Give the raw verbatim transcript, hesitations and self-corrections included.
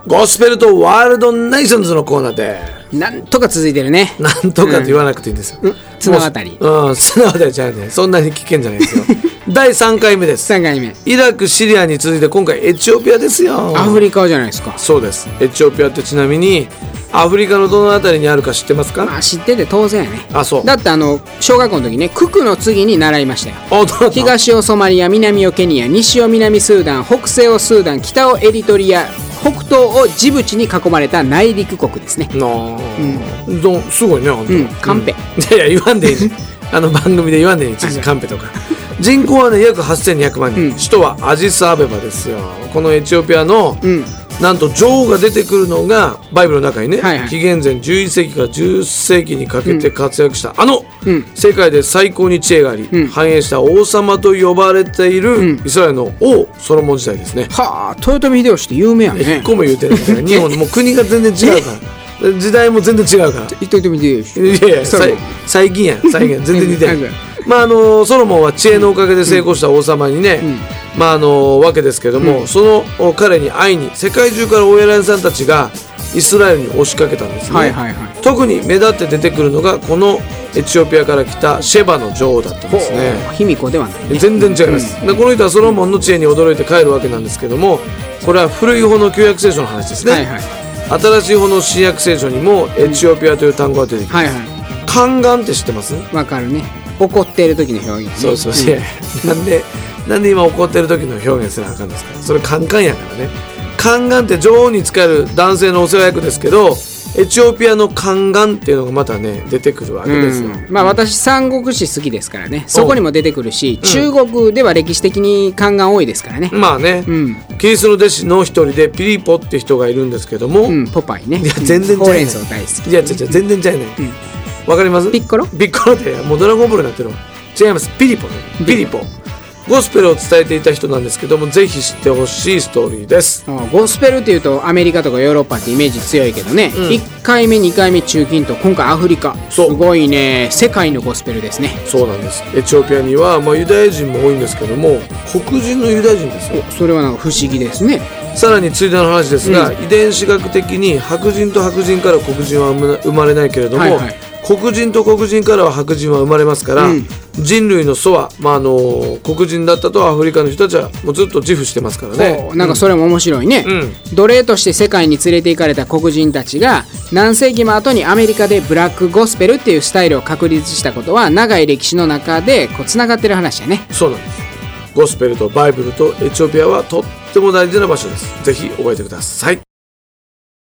ゴスペルとワールドネーションズのコーナーでなんとか続いてるね。 なんとかと言わなくていいんですよ、 うん、綱渡り。 うん、綱渡りじゃないね、そんなに危険じゃないですよだいさんかいめです。 さんかいめ。 イラクシリアに続いて今回エチオピアですよ。 アフリカじゃないですか。 そうです。エチオピアってちなみにアフリカのどのあたりにあるか知ってますか？ まあ知ってて当然やね。 あ、そうだってあの小学校の時ね、九九の次に習いましたよ。 あ、どうだった？ 東をソマリア、南をケニア、西を南スーダン、北西をスーダン、北をエリトリア、北東をジブチに囲まれた内陸国ですね。 なあ、うん、どすごいね、あんた。 うん、カンペ、 うん、いやいや言わんでいいねあの番組で言わんでいいね、カンペとか人口はね約はっせんにひゃくまんにん、うん、首都はアジスアベバですよ。このエチオピアの、うん、なんと女王が出てくるのがバイブルの中にね、はいはい、紀元前じゅういっせいきからじゅっせいきにかけて活躍した、うん、あの、うん、世界で最高に知恵があり、うん、繁栄した王様と呼ばれている、うん、イスラエルの王ソロモン時代ですね。 はあ、豊臣秀吉って有名やね。 一個も言うてないから日本もう国が全然違うから時代も全然違うから。 豊臣秀吉、 いやいや最近や最近全然似てないまああのソロモンは知恵のおかげで成功した王様にね、うん、まああのわけですけども、うん、その彼に会いに世界中からお偉いさんたちがイスラエルに押しかけたんですね、はいはいはい、特に目立って出てくるのがこのエチオピアから来たシェバの女王だったんですね。 卑弥呼ではない、ね、 全然違います、うん、でこの人はソロモンの知恵に驚いて帰るわけなんですけども、これは古い方の旧約聖書の話ですね、はいはい、新しい方の新約聖書にもエチオピアという単語が出てきます、はいはい、宦官って知ってます？ わかるね、怒っている時の表現、ね、 そうそうそう、うん、なんでなんで今怒ってる時の表現すらあかんですか？それカンカンやからね。宦官って女王に仕える男性のお世話役ですけど、エチオピアの宦官っていうのがまたね出てくるわけですよ、うん、 まあ私三国志好きですからね、そこにも出てくるし、うん、中国では歴史的に宦官多いですからね。 まあね、うん、キリストの弟子の一人でピリポって人がいるんですけども、 うん、ポパイね。 いや全然違う、 ほうれん草大好き。 いや違う違う全然違うね、うん、わかります？ ピッコロ？ ピッコロってもうドラゴンボールになってるわ。違います、ピリポね、ピリポ。ゴスペルを伝えていた人なんですけども、ぜひ知ってほしいストーリーです。 ゴスペルっていうとアメリカとかヨーロッパってイメージ強いけどね、うん、いっかいめにかいめ中近東、今回アフリカ、すごいね、世界のゴスペルですね。 そうなんです。エチオピアには、まあ、ユダヤ人も多いんですけども、黒人のユダヤ人ですよ。 それはなんか不思議ですね。 さらについでの話ですが、うん、遺伝子学的に白人と白人から黒人は生まれないけれども、はいはい、黒人と黒人からは白人は生まれますから、うん、人類の祖は、まあ、あの黒人だったとアフリカの人たちはもうずっと自負してますからね。 なんかそれも面白いね、うん、奴隷として世界に連れて行かれた黒人たちが何世紀も後にアメリカでブラックゴスペルっていうスタイルを確立したことは長い歴史の中でこうつながってる話やね。 そうなんです。ゴスペルとバイブルとエチオピアはとっても大事な場所です。ぜひ覚えてください。